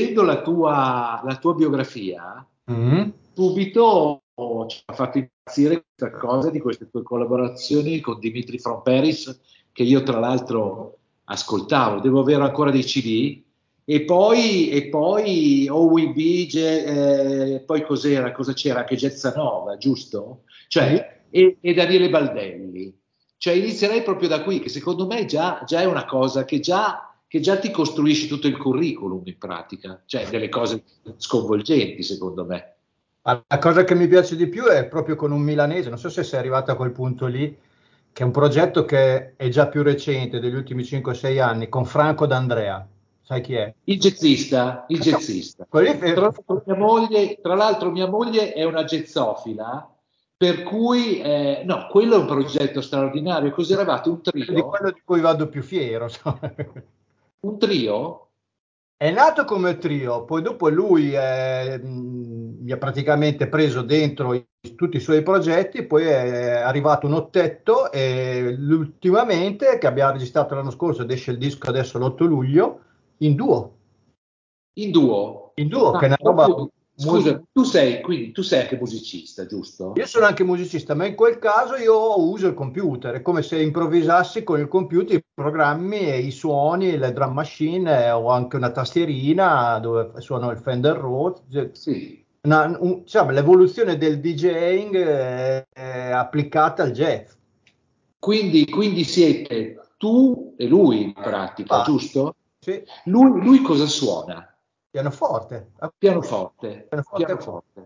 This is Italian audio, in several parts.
leggendo la tua biografia, Mm. subito ci ha fatto impazzire questa cosa di queste tue collaborazioni con Dimitri From Paris, che io tra l'altro ascoltavo, devo avere ancora dei CD, e poi OWB, poi cos'era, cosa c'era, anche Gezzanova, giusto? Sì. Cioè, e Daniele Baldelli. Cioè, inizierei proprio da qui, che secondo me già è una cosa che già ti costruisci tutto il curriculum in pratica, cioè delle cose sconvolgenti, secondo me. Ma la cosa che mi piace di più è proprio con un milanese, non so se sei arrivato a quel punto lì, che è un progetto che è già più recente, degli ultimi 5-6 anni, con Franco D'Andrea. Sai chi è? Il jazzista. Quelli Tra l'altro mia moglie è una jazzofila, per cui no, quello è un progetto straordinario. Cos'eravate? Un di trio? quello di cui vado più fiero. Insomma. Un trio? È nato come trio, poi dopo lui mi ha praticamente preso dentro tutti i suoi progetti, poi è arrivato un ottetto e ultimamente, che abbiamo registrato l'anno scorso ed esce il disco adesso l'8 luglio, in duo, In duo? in duo, che è Ma una roba proprio, molto. scusa, tu sei anche musicista, Io giusto? sono anche musicista, ma in quel caso io uso il computer, è come se improvvisassi con il computer i programmi e i suoni, le drum machine, ho anche una tastierina dove suono il Fender Rhodes, cioè, Sì. diciamo, l'evoluzione del DJing è applicata al jazz. Quindi siete tu e lui in pratica, Ah, giusto? sì, Lui cosa suona? pianoforte, Pianoforte, pianoforte puro. pianoforte.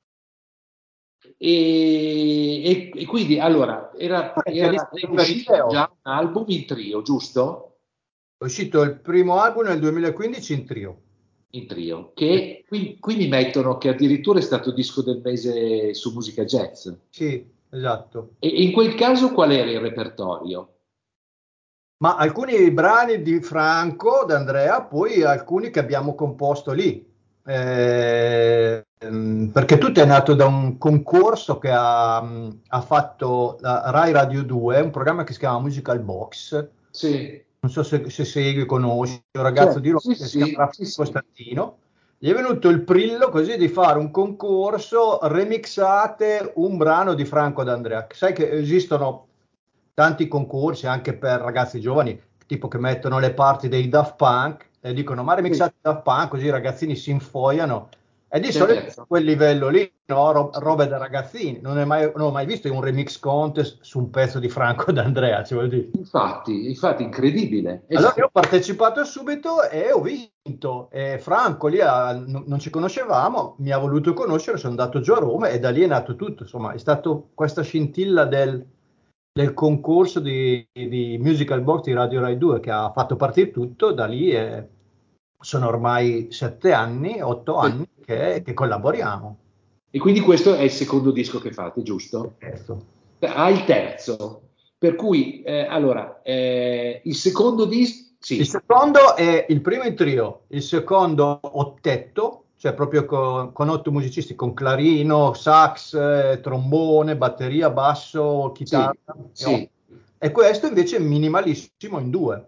E quindi allora Il pianista è preferito è uscito già Otto. un album in trio, giusto? È uscito il primo album nel 2015 in trio. In trio, che qui mi mettono che addirittura è stato disco del mese su musica jazz. Sì, esatto. E in quel caso qual era il repertorio? Ma alcuni brani di Franco D'Andrea, poi alcuni che abbiamo composto lì. Perché tutto è nato da un concorso che ha fatto la Rai Radio 2, un programma che si chiama Musical Box. Sì, Non so se segui, conosci, un ragazzo di certo, Roma sì, che si chiama sì, Raffaele sì, sì. Costantino. Gli è venuto il prillo così di fare un concorso remixate un brano di Franco D'Andrea. Sai che esistono tanti concorsi anche per ragazzi giovani, tipo che mettono le parti dei Daft Punk e dicono ma Sì, remixate Daft Punk, così i ragazzini si infoiano. E di solito a certo. quel livello lì, no? Sì. Robe da ragazzini. Non ho mai visto un remix contest su un pezzo di Franco D'Andrea, ci vuol dire. Infatti, incredibile, Allora io esatto. ho partecipato subito e ho vinto. E Franco lì non ci conoscevamo, mi ha voluto conoscere, sono andato giù a Roma e da lì è nato tutto. Insomma, è stato questa scintilla del concorso di Musical Box di Radio Rai 2 che ha fatto partire tutto. Da lì sono ormai 7 anni, 8 anni che collaboriamo. E quindi questo è il secondo disco che fate, giusto? Certo. Il terzo. Per cui, allora, il secondo disco, Il sì, secondo è il primo in trio, il secondo ottetto, cioè proprio con 8 musicisti, con clarino, sax, trombone, batteria, basso, chitarra sì, e, otto. sì. E questo invece è minimalissimo in due.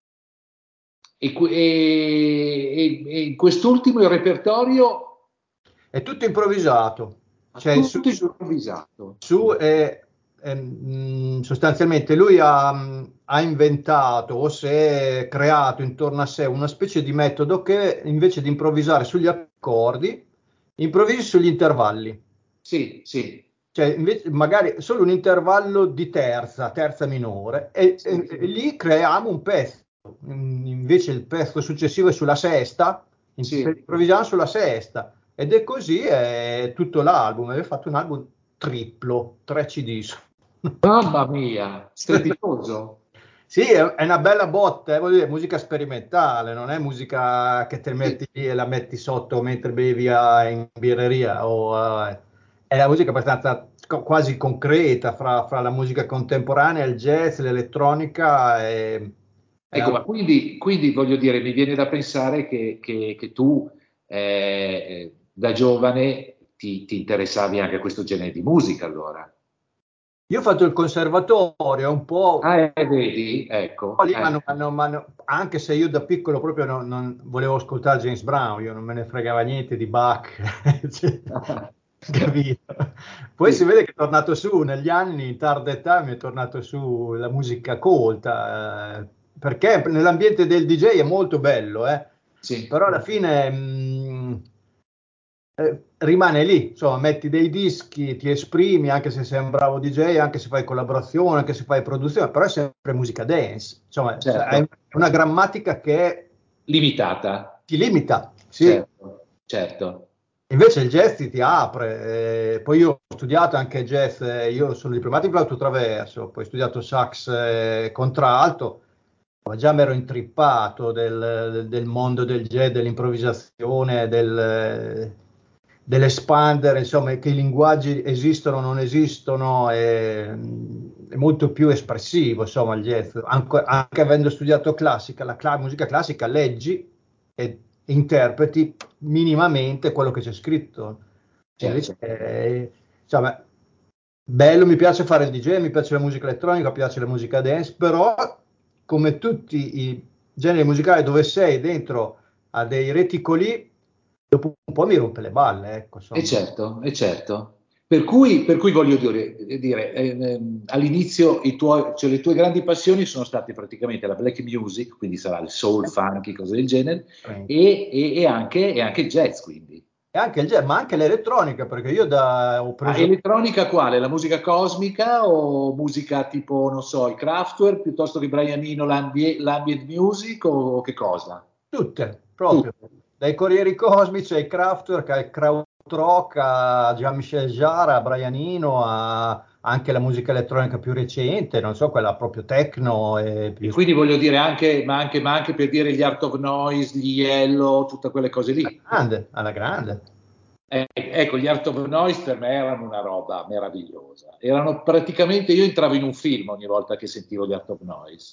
E in quest'ultimo il repertorio È tutto improvvisato, ha cioè tutto improvvisato. sostanzialmente lui ha inventato o si è creato intorno a sé una specie di metodo che invece di improvvisare sugli accordi, improvvisi sugli intervalli. Sì, sì, Cioè, invece, magari solo un intervallo di terza minore, e sì, lì creiamo un pezzo. Invece il pezzo successivo è sulla sesta, sì. improvvisiamo sulla sesta, ed è così è tutto l'album. Abbiamo fatto un album triplo, 3 CD. Mamma mia, strepitoso. Sì, è una bella botta, voglio dire, musica sperimentale, non è musica che te Sì. metti lì e la metti sotto mentre bevi in birreria. È la musica abbastanza quasi concreta fra la musica contemporanea, il jazz, l'elettronica. È una Ecco, roba. ma quindi voglio dire, mi viene da pensare che tu da giovane ti interessavi anche a questo genere di musica, allora. Io ho fatto il conservatorio un po'. Vedi, ecco. Lì anche se io da piccolo proprio non volevo ascoltare James Brown, io non me ne fregava niente di Bach, cioè, capito? Poi si Sì, vede che è tornato su negli anni, in tarda età, mi è tornato su la musica colta, perché nell'ambiente del DJ è molto bello, sì, però alla fine rimane lì, insomma, metti dei dischi, ti esprimi, anche se sei un bravo DJ, anche se fai collaborazione, anche se fai produzione, però è sempre musica dance, insomma, hai certo, una grammatica che limitata, ti limita, sì. certo, certo. Invece il jazz ti apre, poi io ho studiato anche jazz, io sono diplomato in flauto traverso, poi ho studiato sax contralto, ma già mi ero intrippato del mondo del jazz, dell'improvvisazione, dell'espandere, insomma, che i linguaggi esistono o non esistono, è molto più espressivo, insomma, il jazz. Anche avendo studiato classica, musica classica, leggi e interpreti minimamente quello che c'è scritto. Invece, Certo. insomma, bello, mi piace fare il DJ, mi piace la musica elettronica, mi piace la musica dance, però come tutti i generi musicali dove sei dentro a dei reticoli, dopo un po' mi rompe le balle, ecco, E insomma. certo, e certo. Per cui voglio dire, all'inizio cioè, le tue grandi passioni sono state praticamente la black music, quindi sarà il soul, funky, cose del genere, e anche il jazz, quindi. E anche il jazz, ma anche l'elettronica, perché io ho Ma preso. elettronica quale? La musica cosmica o musica tipo, non so, il Kraftwerk piuttosto che Brian Eno, l'ambient music o che cosa? Tutte, Tu. proprio, dai Corrieri Cosmici ai Kraftwerk, al Krautrock, a Jean-Michel Jarre, a Brian Eno, anche la musica elettronica più recente, non so, quella proprio techno e E più quindi voglio dire ma anche per dire gli Art of Noise, gli Yellow, tutte quelle cose lì. grande, alla grande. Ecco, gli Art of Noise per me erano una roba meravigliosa. Erano praticamente, io entravo in un film ogni volta che sentivo gli Art of Noise.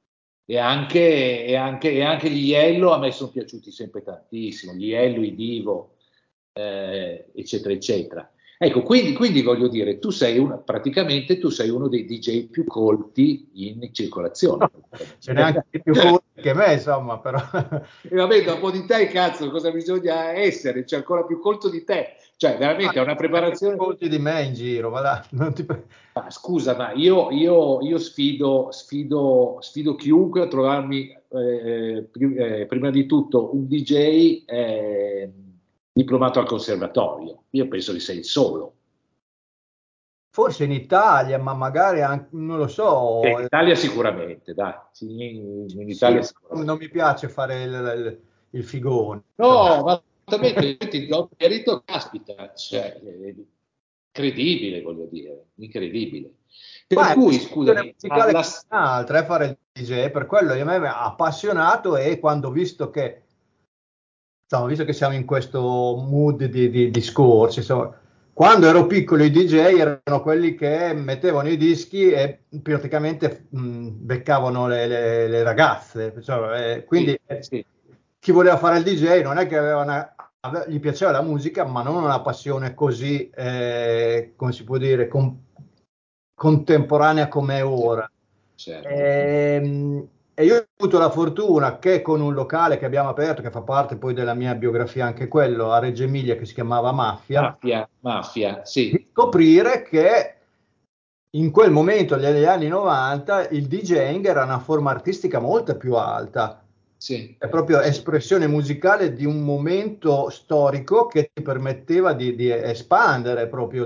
E anche gli Yellow a me sono piaciuti sempre tantissimo, gli Yellow, i Divo, eccetera, eccetera. Ecco, quindi voglio dire, praticamente tu sei uno dei DJ più colti in circolazione. Ce n'è anche di più corti che me, insomma, però. E vabbè, dopo di te, cazzo, cosa bisogna essere? C'è ancora più colto di te. Cioè, veramente è una Anche più preparazione. corti di me in giro, va là, non ti. Ma scusa, ma io sfido chiunque a trovarmi prima di tutto un DJ diplomato al conservatorio. Io penso che sei il solo. Forse in Italia, ma magari anche, non lo so. In Italia sicuramente, dai. Sì, in Sì, Italia ma non sicuramente. mi piace fare il figone, insomma. No, ma esattamente, io ti do merito, caspita, cioè, incredibile, voglio dire, incredibile. Per Ma è cui, un'espressione scusami, musicale come un'altra, fare il DJ, per quello a me mi ha appassionato e quando ho visto che, insomma, visto che siamo in questo mood di discorsi, insomma, quando ero piccolo i DJ erano quelli che mettevano i dischi e praticamente beccavano le ragazze, quindi sì, sì. chi voleva fare il DJ non è che gli piaceva la musica, ma non una passione così, come si può dire, contemporanea come è ora. Certo. E io ho avuto la fortuna che con un locale che abbiamo aperto, che fa parte poi della mia biografia anche quello, a Reggio Emilia, che si chiamava Mafia, Mafia, mafia, di sì, scoprire che in quel momento, negli anni 90, il DJing era una forma artistica molto più alta. sì, È proprio sì, espressione musicale di un momento storico che ti permetteva di espandere proprio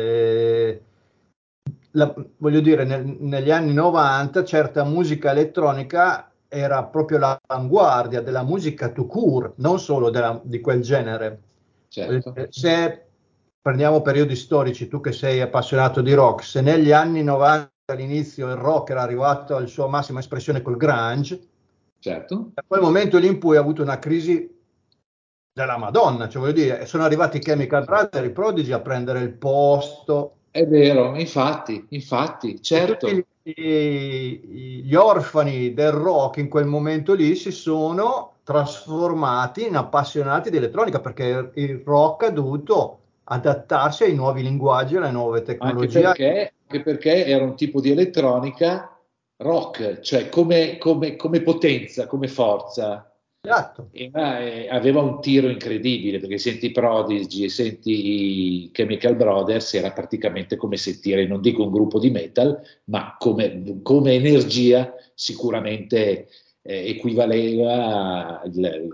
voglio dire, negli anni 90 certa musica elettronica era proprio l'avanguardia della musica tout court, non solo di quel genere. Voglio certo. dire, se prendiamo periodi storici, tu che sei appassionato di rock, se negli anni 90 all'inizio il rock era arrivato alla sua massima espressione col grunge, Certo. da quel momento lì in poi ha avuto una crisi della Madonna, cioè voglio dire, sono arrivati i Chemical Brothers, i Prodigy a prendere il posto È vero, infatti, e tutti certo. gli orfani del rock in quel momento lì si sono trasformati in appassionati di elettronica perché il rock ha dovuto adattarsi ai nuovi linguaggi, alle nuove Anche tecnologie. perché, anche perché era un tipo di elettronica rock, cioè come potenza, come forza. Esatto. Aveva un tiro incredibile, perché senti i Prodigy e senti i Chemical Brothers, era praticamente come sentire, non dico un gruppo di metal, ma come energia sicuramente equivaleva,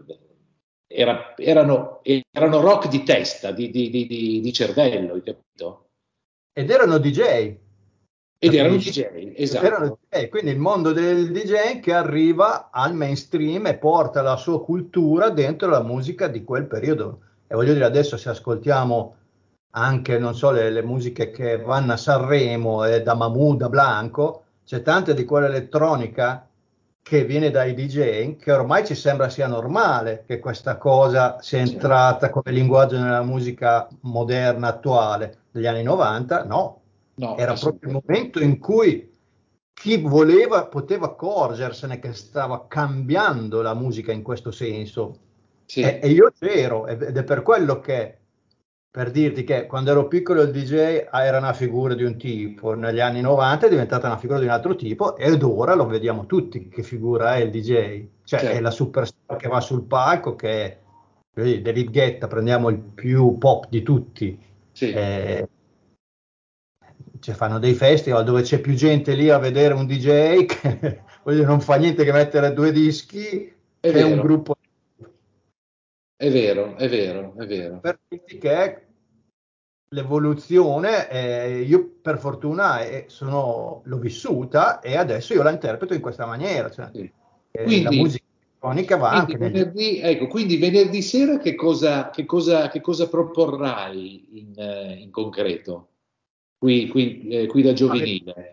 erano rock di testa, di cervello, hai capito? Ed erano DJ, Ed erano capisci? DJ, Erano esatto. DJ, quindi il mondo del DJ che arriva al mainstream e porta la sua cultura dentro la musica di quel periodo. E voglio dire, adesso se ascoltiamo anche, non so, le musiche che vanno a Sanremo, da Mahmood a Blanco, c'è tanta di quella elettronica che viene dai DJ che ormai ci sembra sia normale che questa cosa sia entrata come linguaggio nella musica moderna attuale degli anni 90. No, No, era proprio il assolutamente. momento in cui chi voleva poteva accorgersene che stava cambiando la musica in questo senso. E Sì, io c'ero, ed è per quello che, per dirti che quando ero piccolo il DJ era una figura di un tipo, negli anni 90 è diventata una figura di un altro tipo, ed ora lo vediamo tutti che figura è il DJ. Cioè è la certo. superstar che va sul palco, che è David Guetta, prendiamo il più pop di tutti. Sì, Eh, cioè, fanno dei festival dove c'è più gente lì a vedere un DJ che voglio dire, non fa niente che mettere due dischi è che un vero, gruppo. è vero, è vero, è vero. Per dirti che l'evoluzione, io per fortuna l'ho vissuta e adesso io la interpreto in questa maniera, cioè, Sì. la Quindi, musica elettronica va quindi anche negli. venerdì, ecco, quindi venerdì sera che cosa proporrai in concreto qui da giovanile?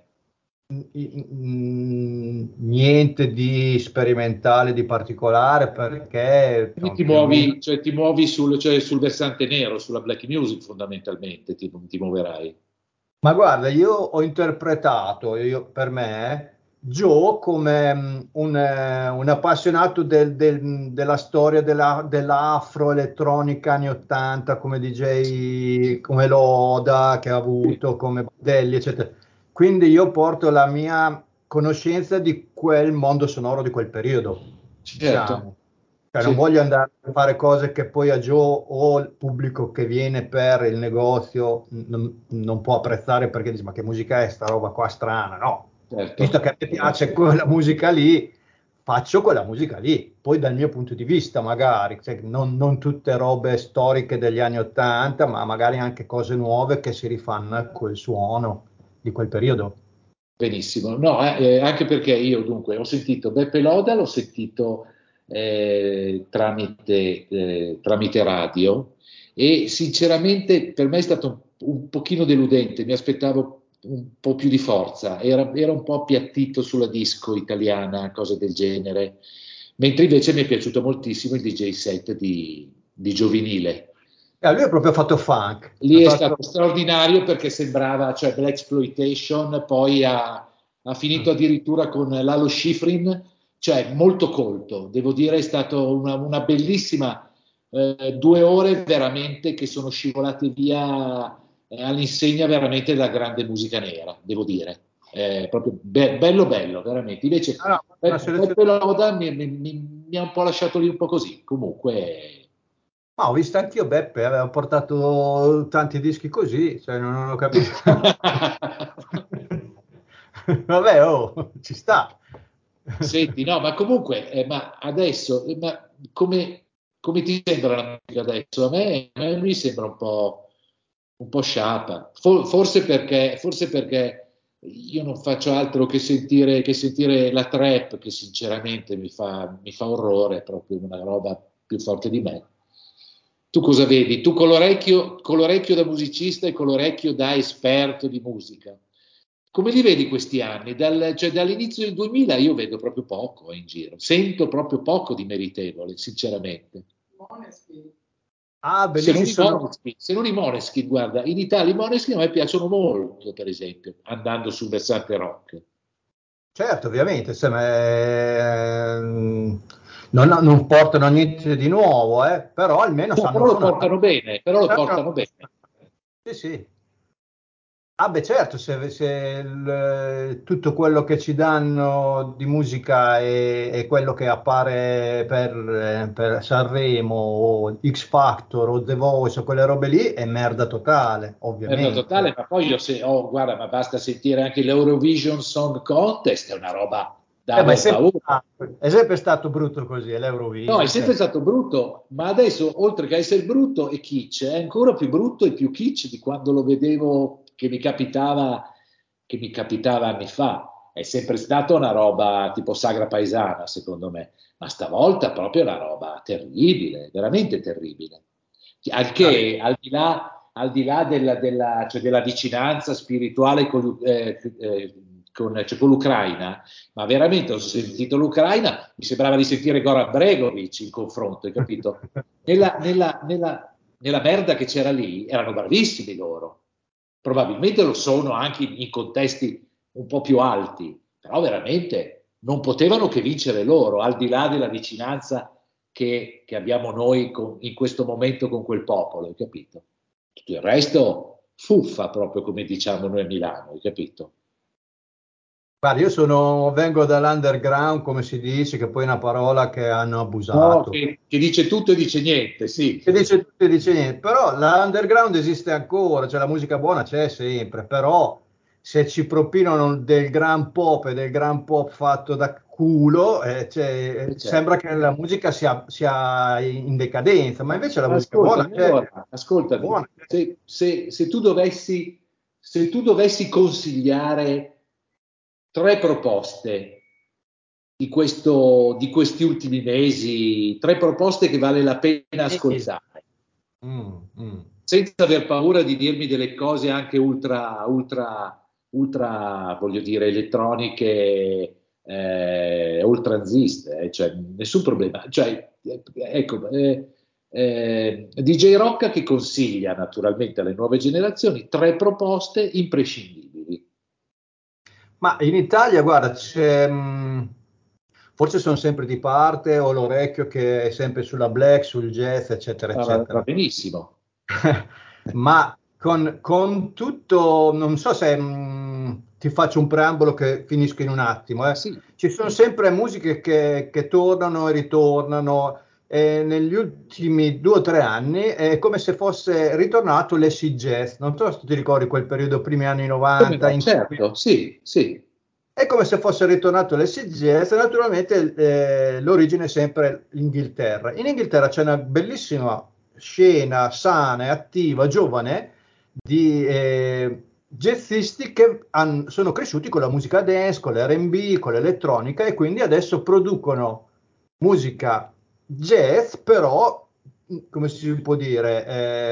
Niente di sperimentale, di particolare, perché Quindi ti più o meno. muovi, cioè, ti muovi sul versante nero, sulla black music fondamentalmente, ti muoverai. Ma guarda, io ho interpretato, per me, Joe come un appassionato della storia dell'afro-elettronica anni 80, come DJ, come Loda che ha Sì, avuto, come Badelli, eccetera. Quindi io porto la mia conoscenza di quel mondo sonoro di quel periodo, certo, diciamo. Cioè, non sì, voglio andare a fare cose che poi a Joe o il pubblico che viene per il negozio non può apprezzare perché dice: ma che musica è sta roba qua strana? No, visto certo. che a me piace quella musica lì, faccio quella musica lì. Poi dal mio punto di vista, magari, cioè, non tutte robe storiche degli anni Ottanta, ma magari anche cose nuove che si rifanno a quel suono di quel periodo. Benissimo, no, anche perché io dunque ho sentito Beppe Loda, l'ho sentito tramite radio e sinceramente per me è stato un pochino deludente, mi aspettavo un po' più di forza, era un po' appiattito sulla disco italiana, cose del genere, mentre invece mi è piaciuto moltissimo il DJ set di Giovinile. E a lui ha proprio fatto funk, ha Lì è fatto. stato straordinario perché sembrava, cioè Blaxploitation, poi ha finito addirittura con Lalo Schifrin, cioè molto colto, devo dire è stata una bellissima 2 ore veramente che sono scivolate via all'insegna veramente della grande musica nera, devo dire. Proprio bello bello, veramente. Invece Ah, no, una selezione. Beppe Loda mi ha un po' lasciato lì un po' così. Comunque, Ma ho visto anch'io Beppe, aveva portato tanti dischi così, cioè non ho capito. Vabbè, oh, ci sta. senti, no, ma comunque, ma adesso, ma come ti sembra la musica adesso? A me mi sembra un po' sciapa. Forse perché io non faccio altro che sentire la trap, che sinceramente mi fa orrore, è proprio una roba più forte di me. Tu cosa vedi? Tu con l'orecchio da musicista e con l'orecchio da esperto di musica. Come li vedi questi anni? Cioè, dall'inizio del 2000 io vedo proprio poco in giro, sento proprio poco di meritevole, sinceramente. Ah, Se belli non ci i sono. Måneskin, se non i Måneskin, guarda, in Italia i Måneskin a me piacciono molto, per esempio, andando sul versante rock. Certo, ovviamente, non portano niente di nuovo, però almeno No, sanno però lo suonare. portano bene, però lo Sanno portano bene. suonare. Sì, sì. Ah beh certo, se tutto quello che ci danno di musica è quello che appare per Sanremo o X Factor o The Voice o quelle robe lì, è merda totale, Merda totale, ovviamente. ma poi guarda, ma basta sentire anche l'Eurovision Song Contest, è una roba da Ma aver paura. è sempre stato brutto così, è No, è l'Eurovision. sempre Cioè, stato brutto, ma adesso, oltre che essere brutto e kitsch, è ancora più brutto e più kitsch di quando lo vedevo che mi capitava anni fa. È sempre stata una roba tipo sagra paesana, secondo me, ma stavolta proprio una roba terribile, veramente terribile. Al ah, che, al di là cioè della vicinanza spirituale cioè con l'Ucraina, ma veramente ho sentito l'Ucraina, mi sembrava di sentire Goran Bregovic in confronto, hai capito? Nella merda che c'era lì erano bravissimi loro, probabilmente lo sono anche in contesti un po' più alti, però veramente non potevano che vincere loro, al di là della vicinanza che abbiamo noi in questo momento con quel popolo, hai capito? Tutto il resto fuffa proprio come diciamo noi a Milano, hai capito? guarda, vengo dall'underground, come si dice, che poi è una parola che hanno No, abusato. che dice tutto e dice niente, sì. Che dice tutto e dice niente, però l'underground esiste ancora, cioè la musica buona c'è sempre, però se ci propinano del gran pop e del gran pop fatto da culo, sembra Certo. che la musica sia in decadenza, ma invece la musica buona Ascoltami, c'è, allora, ascoltami, buona c'è. se tu dovessi consigliare tre proposte di questi ultimi mesi, tre proposte che vale la pena ascoltare, Mm. senza aver paura di dirmi delle cose anche ultra, voglio dire, elettroniche, oltranziste, cioè nessun problema. Cioè, ecco, DJ Rocca che consiglia naturalmente alle nuove generazioni tre proposte imprescindibili. Ma in Italia, guarda, forse sono sempre di parte, ho l'orecchio che è sempre sulla black, sul jazz, eccetera, Va eccetera. benissimo. Ma con tutto, non so se ti faccio un preambolo che finisco in un attimo. Sì, Ci sono sempre musiche che tornano e ritornano. E negli ultimi 2 o 3 anni è come se fosse ritornato l'acid jazz. Non so se ti ricordi quel periodo, primi anni come 90, no, in cui certo, sì, sì, è come se fosse ritornato l'acid jazz. Naturalmente l'origine è sempre l'Inghilterra. In Inghilterra c'è una bellissima scena sana e attiva, giovane, di jazzisti che sono cresciuti con la musica dance, con l'R&B, con l'elettronica e quindi adesso producono musica jazz, però, come si può dire,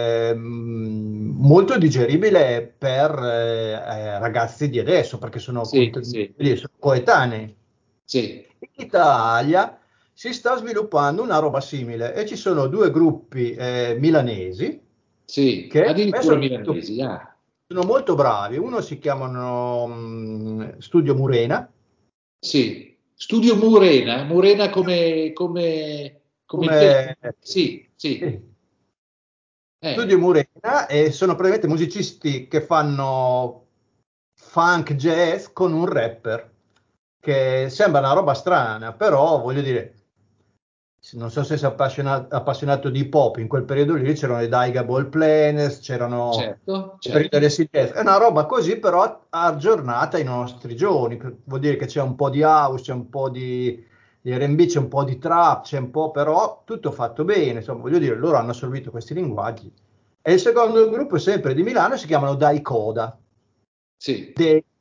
molto digeribile per ragazzi di adesso, perché sì, sì, sono coetanei. sì, In Italia si sta sviluppando una roba simile e ci sono due gruppi milanesi sì, che a me addirittura milanesi, ah. sono molto bravi. Uno si chiamano Studio Murena, Sì, Studio Murena, Murena come il come pesce. Sì, sì. sì, Studio Murena, e sono praticamente musicisti che fanno funk jazz con un rapper, che sembra una roba strana, però voglio dire, non so se sei appassionato di pop, in quel periodo lì c'erano i Daiga Ball Planets, c'erano Certo, i periodi certo. jazz, è una roba così però aggiornata ai nostri giorni, vuol dire che c'è un po' di house, c'è un po' di R&B, c'è un po' di trap, c'è un po' però tutto fatto bene, insomma voglio dire, loro hanno assorbito questi linguaggi. E il secondo gruppo è sempre di Milano, si chiamano Dai Coda, Sì,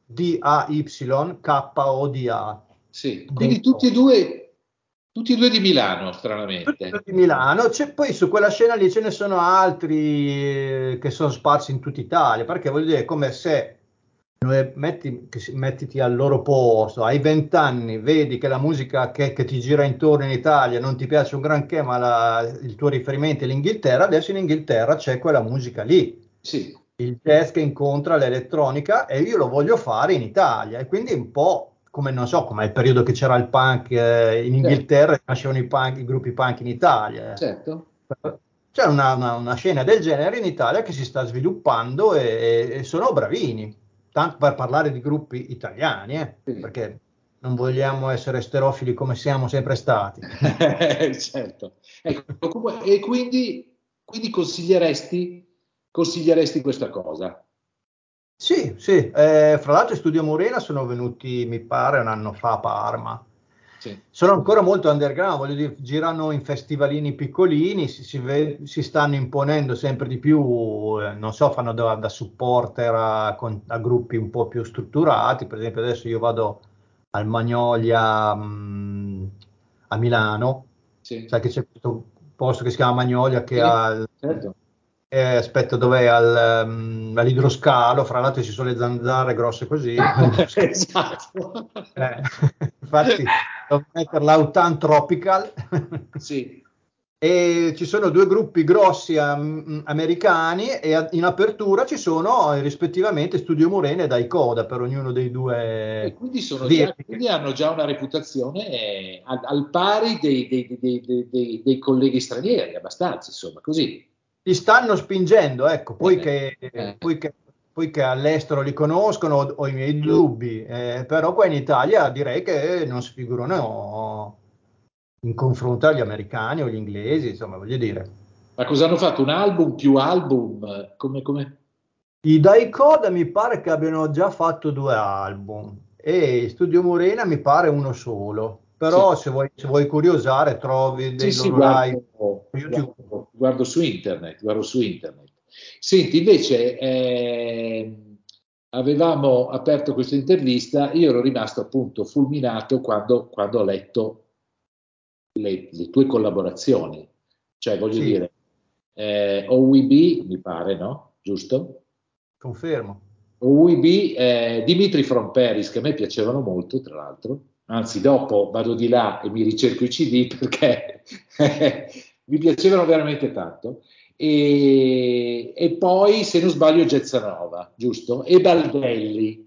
Daykoda. sì. Dei Quindi tutti e due di Milano, stranamente. Di Milano, poi su quella scena lì ce ne sono altri che sono sparsi in tutta Italia, perché voglio dire, è come se mettiti al loro posto, hai 20 anni, vedi che la musica che ti gira intorno in Italia non ti piace un granché, ma il tuo riferimento è l'Inghilterra, adesso in Inghilterra c'è quella musica lì, Sì, il jazz che incontra l'elettronica e io lo voglio fare in Italia e quindi un po' come non so, come il periodo che c'era il punk in certo, Inghilterra e nascevano i gruppi punk in Italia. certo. c'è una scena del genere in Italia che si sta sviluppando e sono bravini, tanto per parlare di gruppi italiani, Sì. perché non vogliamo essere esterofili come siamo sempre stati. Certo. Ecco, e quindi consiglieresti questa cosa? Sì, sì, fra l'altro in Studio Murena sono venuti, mi pare, un anno fa a Parma. Sì. Sono ancora molto underground, voglio dire, girano in festivalini piccolini, si stanno imponendo sempre di più, non so, fanno da supporter a gruppi un po' più strutturati. Per esempio adesso io vado al Magnolia a Milano, Sì. sai che c'è questo posto che si chiama Magnolia che Sì, ha certo. aspetta, dov'è? All'idroscalo, fra l'altro ci sono le zanzare grosse così. Esatto. Eh, infatti, devo mettere l'Autan Tropical. Sì. E ci sono due gruppi grossi americani e in apertura ci sono rispettivamente Studio Murena e Daicoda per ognuno dei E due quindi, vertici. quindi hanno già una reputazione al pari dei colleghi stranieri, abbastanza, insomma, così. Li stanno spingendo, ecco, Eh, poiché, eh. poiché, poiché all'estero li conoscono, ho i miei dubbi, però qua in Italia direi che non si figurano in confronto agli americani o agli inglesi, insomma, voglio dire. Ma cosa hanno fatto? Un album più album? Come? I Dai-Coda mi pare che abbiano già fatto due album e Studio Murena mi pare uno solo, Sì, però se vuoi curiosare trovi sì, dei sì, loro live guardo, su YouTube. guardo su internet, guardo su internet. Senti, invece, avevamo aperto questa intervista, io ero rimasto appunto fulminato quando ho letto le tue collaborazioni, cioè voglio Sì, dire, OUB, mi pare, no? Giusto? confermo. OUB, Dimitri from Paris, che a me piacevano molto, tra l'altro, anzi dopo vado di là e mi ricerco i CD perché mi piacevano veramente tanto. E poi, se non sbaglio, Gezzanova, giusto? E Baldelli.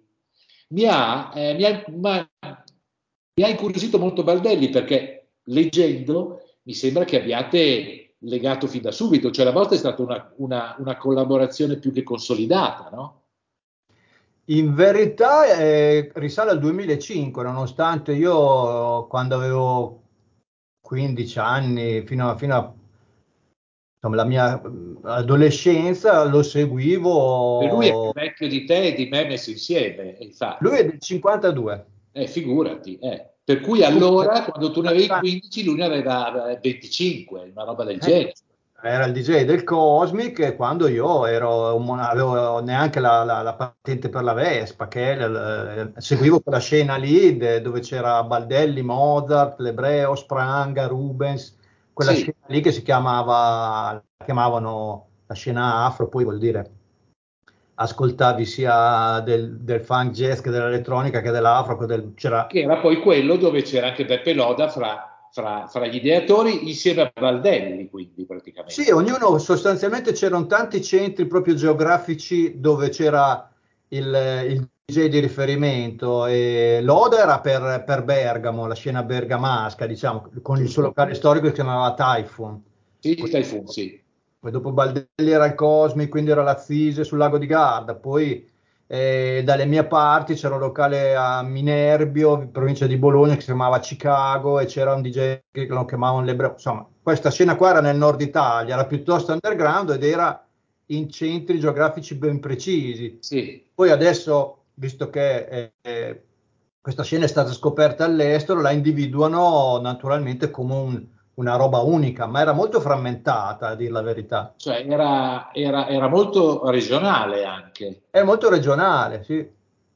Mi ha incuriosito molto Baldelli perché leggendo mi sembra che abbiate legato fin da subito, cioè la vostra è stata una collaborazione più che consolidata, no? In verità risale al 2005, nonostante io quando avevo 15 anni, fino a insomma, la mia adolescenza lo E lui è più seguivo. vecchio di te e di me messi insieme, Lui infatti. è del 52. Figurati. Per cui Dunque, allora, quando tu ne avevi 15, lui ne aveva 25, una roba del genere. era il DJ del Cosmic e quando io avevo neanche la patente per la Vespa, seguivo quella scena lì dove c'era Baldelli, Mozart, Lebreo, Spranga, Rubens, quella Sì, scena lì che la chiamavano la scena afro, poi vuol dire ascoltavi sia del funk jazz che dell'elettronica che dell'afro, c'era. che era poi quello dove c'era anche Beppe Loda fra gli ideatori, insieme a Baldelli, quindi Sì, praticamente. ognuno sostanzialmente c'erano tanti centri proprio geografici dove c'era il DJ di riferimento e Loda era per Bergamo, la scena bergamasca, diciamo, con il suo Giusto? locale storico che si chiamava Typhoon. Sì, Poi, Typhoon, sì. poi dopo Baldelli era il Cosmi, quindi era la Zise sul lago di Garda. Poi dalle mie parti c'era un locale a Minerbio, in provincia di Bologna, che si chiamava Chicago e c'era un DJ che lo chiamavano Lebreo. Insomma, questa scena qua era nel nord Italia, era piuttosto underground ed era in centri geografici ben precisi. Sì, Poi adesso, visto che questa scena è stata scoperta all'estero, la individuano naturalmente come una roba unica, ma era molto frammentata, a dir la verità. cioè era molto regionale anche. È molto regionale, sì.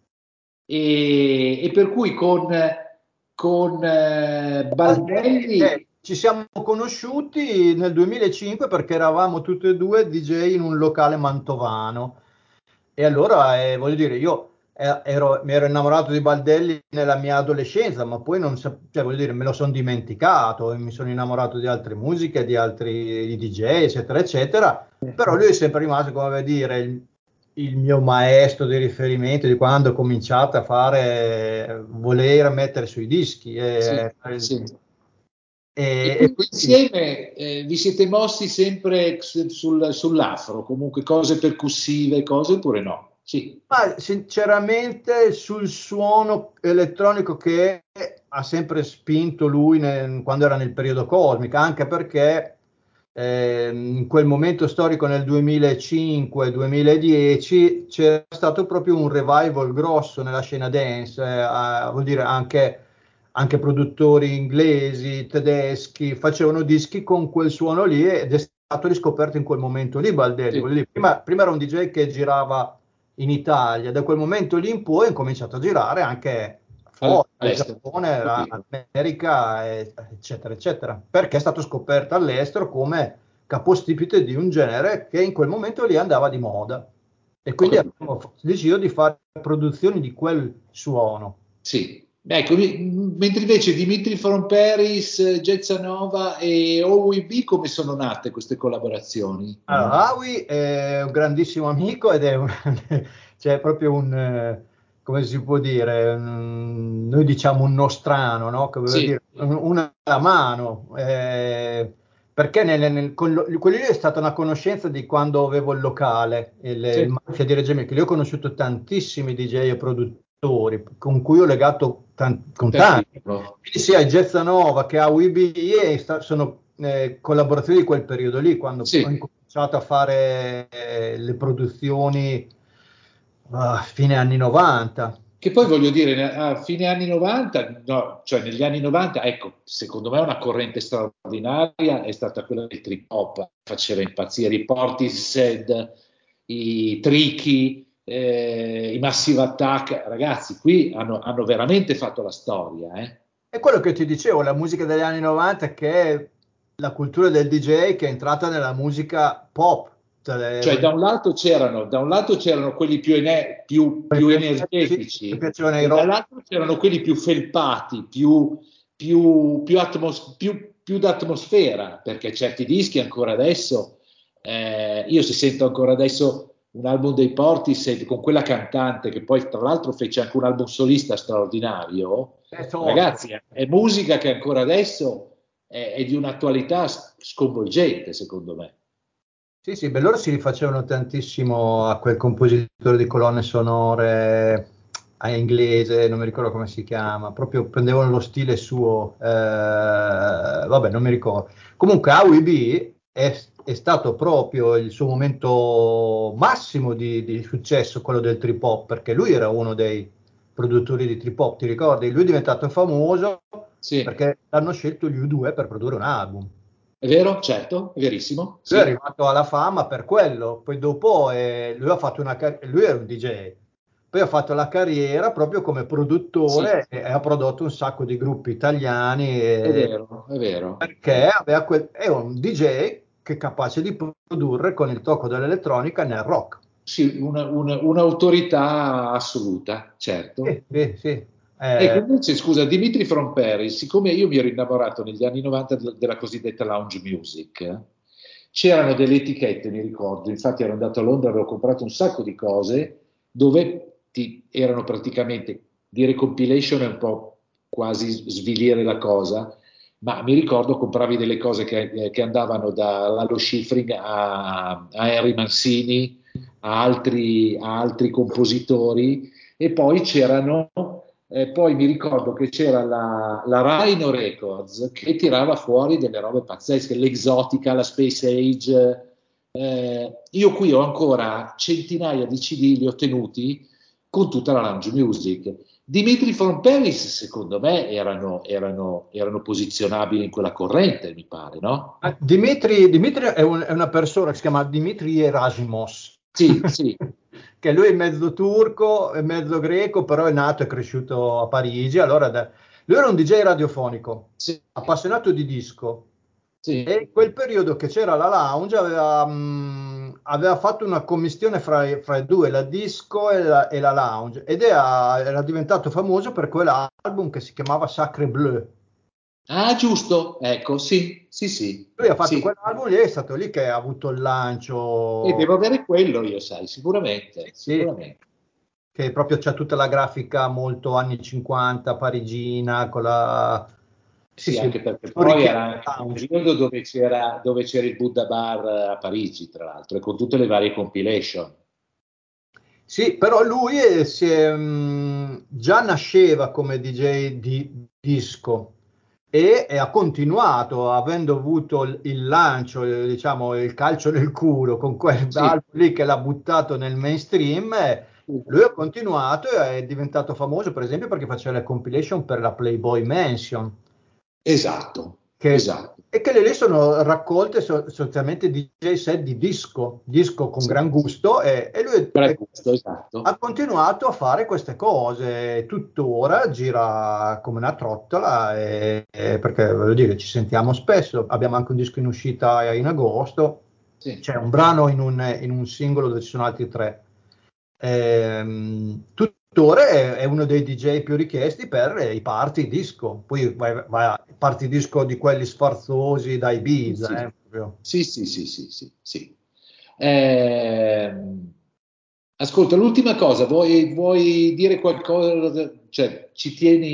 E per cui con Baldelli, Ci siamo conosciuti nel 2005 perché eravamo tutti e due DJ in un locale mantovano. E allora, voglio dire, io mi ero innamorato di Baldelli nella mia adolescenza, ma poi non cioè, voglio dire, me lo sono dimenticato e mi sono innamorato di altre musiche, di altri di DJ, eccetera, eccetera. Però lui è sempre rimasto, come dire, il mio maestro di riferimento di quando ho cominciato a voler mettere sui dischi. sì, sì. E E quindi quindi insieme vi siete mossi sempre sull'afro, comunque cose percussive, cose oppure no? Sì, ma sinceramente sul suono elettronico che ha sempre spinto lui quando era nel periodo Cosmica, anche perché in quel momento storico nel 2005-2010 c'era stato proprio un revival grosso nella scena dance, vuol dire anche produttori inglesi, tedeschi facevano dischi con quel suono lì ed è stato riscoperto in quel momento lì Baldelli. sì, Voglio dire, prima era un DJ che girava in Italia, da quel momento lì in poi ha incominciato a girare anche fuori, al all'estero. Giappone, Capito. all'America, eccetera, eccetera, perché è stato scoperto all'estero come capostipite di un genere che in quel momento lì andava di moda. E Ho quindi capito. abbiamo deciso di fare produzioni di quel suono. Sì. Ecco, mentre invece Dimitri From Paris, Gezzanova e OWB, come sono nate queste collaborazioni? Allora, Awi è un grandissimo amico ed è cioè, proprio come si può dire, noi diciamo un nostrano, no? Che vuol Sì, dire una mano, perché quello lì è stata una conoscenza di quando avevo il locale, il sì, Mafia di Reggio Emilia. Io ho conosciuto tantissimi DJ e produttori con cui ho legato con tanti. tantissimo. Quindi sia Gezzanova che AWB sono collaborazioni di quel periodo lì, quando ho Sì. incominciato a fare le produzioni a fine anni 90. Che poi voglio dire, a fine anni 90, no, cioè negli anni 90, ecco, secondo me una corrente straordinaria è stata quella del trip hop, faceva impazzire i Portishead, i Tricky, i Massive Attack, ragazzi, qui hanno veramente fatto la storia, eh. È quello che ti dicevo, la musica degli anni 90 che è la cultura del DJ che è entrata nella musica pop. Cioè, Cioè, da un lato c'erano quelli più mi energetici piacevano i e rock. dall'altro c'erano quelli più felpati, più d'atmosfera, perché certi dischi ancora adesso, io se sento ancora adesso un album dei Portishead con quella cantante che poi tra l'altro fece anche un album solista straordinario, Forte. ragazzi, è musica che ancora adesso è di un'attualità sconvolgente, secondo me. Sì, sì, beh, loro si rifacevano tantissimo a quel compositore di colonne sonore a inglese, non mi ricordo come si chiama, proprio prendevano lo stile suo, vabbè, non mi ricordo. Comunque AWB è stato proprio il suo momento massimo di successo, quello del trip hop, perché lui era uno dei produttori di trip hop, ti ricordi? Lui è diventato famoso Sì. perché hanno scelto gli U2 per produrre un album. È vero? Certo, è verissimo, Lui è sì, arrivato alla fama per quello, poi dopo lui ha fatto lui era un DJ, poi ha fatto la carriera proprio come sì, produttore e ha prodotto un sacco di gruppi italiani è vero, è vero. perché è un DJ che è capace di produrre con il tocco dell'elettronica nel rock. Sì, un'autorità assoluta, certo. Sì, sì, sì. Ecco, invece, scusa, Dimitri From Paris, siccome io mi ero innamorato negli anni 90 della cosiddetta lounge music, c'erano delle etichette, mi ricordo, infatti ero andato a Londra, avevo comprato un sacco di cose dove erano praticamente, dire compilation è un po' quasi svilire la cosa, ma mi ricordo compravi delle cose che andavano da Lalo Schifrin a Henry Mancini, a altri compositori, e poi poi mi ricordo che c'era la Rhino Records che tirava fuori delle robe pazzesche, l'Exotica, la Space Age. Io qui ho ancora centinaia di CD li ho tenuti con tutta la lounge music. Dimitri From Paris, secondo me, erano posizionabili in quella corrente, mi pare, no? Dimitri è una persona che si chiama Dimitri Erasimos, Sì, sì, che lui è mezzo turco e mezzo greco, però è nato e cresciuto a Parigi. Allora, lui era un DJ radiofonico, sì, appassionato di disco. sì. E in quel periodo che c'era la lounge aveva fatto una commistione fra i due, la disco e la lounge, ed era diventato famoso per quell'album che si chiamava Sacre Bleu. Ah, giusto, ecco, sì, sì, sì, Lui ha fatto sì. quell'album lì, è stato lì che ha avuto il E lancio, devo avere quello io, sai, sicuramente, sì, sicuramente. che proprio c'è tutta la grafica molto anni 50 parigina, con Sì, Sì, sì, anche perché poi storiche era anche un lounge. periodo dove c'era il Buddha Bar a Parigi, tra l'altro, e con tutte le varie compilation. Sì, però lui già nasceva come DJ di disco e ha continuato, avendo avuto il lancio, diciamo, il calcio nel culo con Sì, quell'album lì che l'ha buttato nel mainstream. Lui ha continuato e è diventato famoso, per esempio, perché faceva le compilation per la Playboy Mansion esatto, che, esatto. e che le sono raccolte sostanzialmente DJ set di disco, disco con Sì, gran gusto e lui per gusto, esatto. ha continuato a fare queste cose, tuttora gira come una trottola perché voglio dire ci sentiamo spesso, abbiamo anche un disco in uscita in agosto, Sì. c'è un brano in un singolo dove ci sono altri tre. Tuttora è uno dei DJ più richiesti per i party disco. Poi vai a party disco di quelli sfarzosi da Sì, Ibiza, sì, proprio. sì, sì, sì, sì, sì, sì. Ehm, Ascolta, l'ultima cosa, vuoi dire qualcosa, cioè ci tieni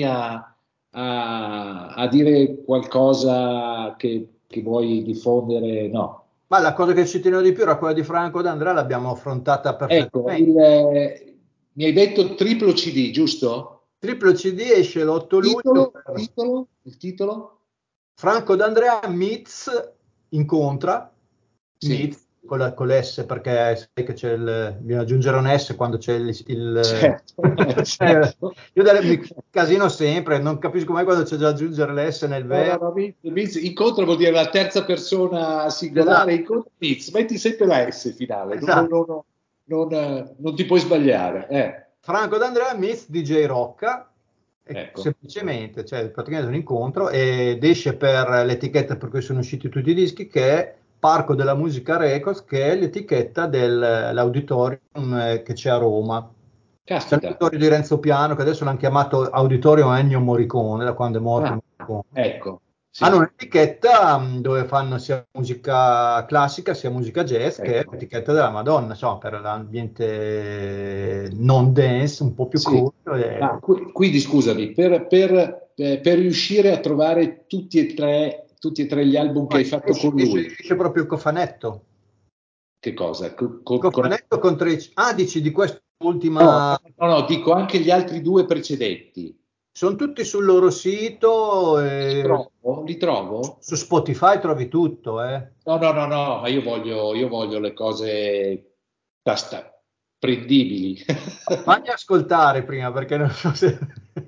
a dire qualcosa che vuoi diffondere? No. Ma la cosa che ci tenevo di più era quella di Franco D'Andrea, l'abbiamo affrontata Ecco, perfettamente. mi hai detto triplo CD, giusto? Triplo CD esce l'8 luglio Titolo, per titolo, il titolo? Franco D'Andrea meets incontra Sì, meets con l'S perché sai che bisogna aggiungere un S quando c'è certo, cioè, certo. io mi casino sempre, non capisco mai quando c'è da aggiungere l'S nel No, no, verbo. no, incontro vuol dire la terza persona singolare, Esatto, incontro, metti sempre la S finale, esatto. non ti puoi sbagliare. Franco D'Andrea meets DJ Rocca, Ecco. semplicemente, cioè praticamente un incontro ed esce per l'etichetta per cui sono usciti tutti i dischi che è Parco della Musica Records, che è l'etichetta dell'auditorium che c'è a Roma. C'è Caspita. l'auditorium di Renzo Piano che adesso l'hanno chiamato Auditorium Ennio Morricone da quando è morto Ah, Morricone. ecco, Hanno sì, un'etichetta dove fanno sia musica classica sia musica jazz, che è ecco. l'etichetta della Madonna, insomma, per l'ambiente non dance, un po' più Sì. cool. Ma quindi scusami, per riuscire a trovare tutti e tre gli album che hai fatto Esce, con lui, esce proprio il cofanetto. che cosa? Il cofanetto con 13. Ah, dici di No, quest'ultima. no, no, dico anche gli altri due precedenti. Sono tutti sul loro sito. Li trovo? Li trovo? Su Spotify trovi tutto, eh. No, no, no, no, ma io voglio le cose prendibili. Fagli ascoltare prima perché non so se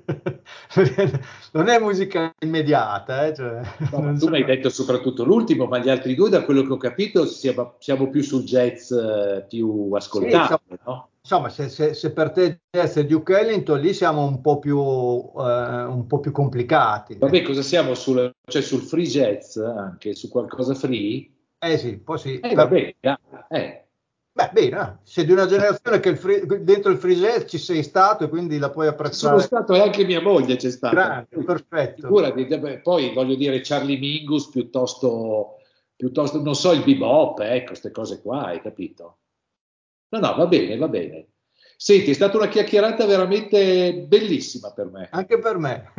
non è musica immediata, cioè, No, ma non tu so. mi hai detto soprattutto l'ultimo, ma gli altri due, da quello che ho capito, siamo più sul jazz più Sì, insomma, ascoltabile, no? se per te jazz è Duke Ellington, lì siamo un po' più complicati. Vabbè, cosa siamo cioè sul free jazz anche, su qualcosa free? Sì, un po' sì. Vabbè, dai, Beh, bene, sei di una generazione che dentro il free jazz ci sei stato e quindi la puoi Ci sono apprezzare. stato e anche mia moglie c'è stata. Grande, perfetto. Figurati, poi voglio dire Charlie Mingus piuttosto, non so, il bebop, ecco, queste cose qua, hai capito? No, no, va bene, va bene. Senti, è stata una chiacchierata veramente bellissima per me. Anche per me.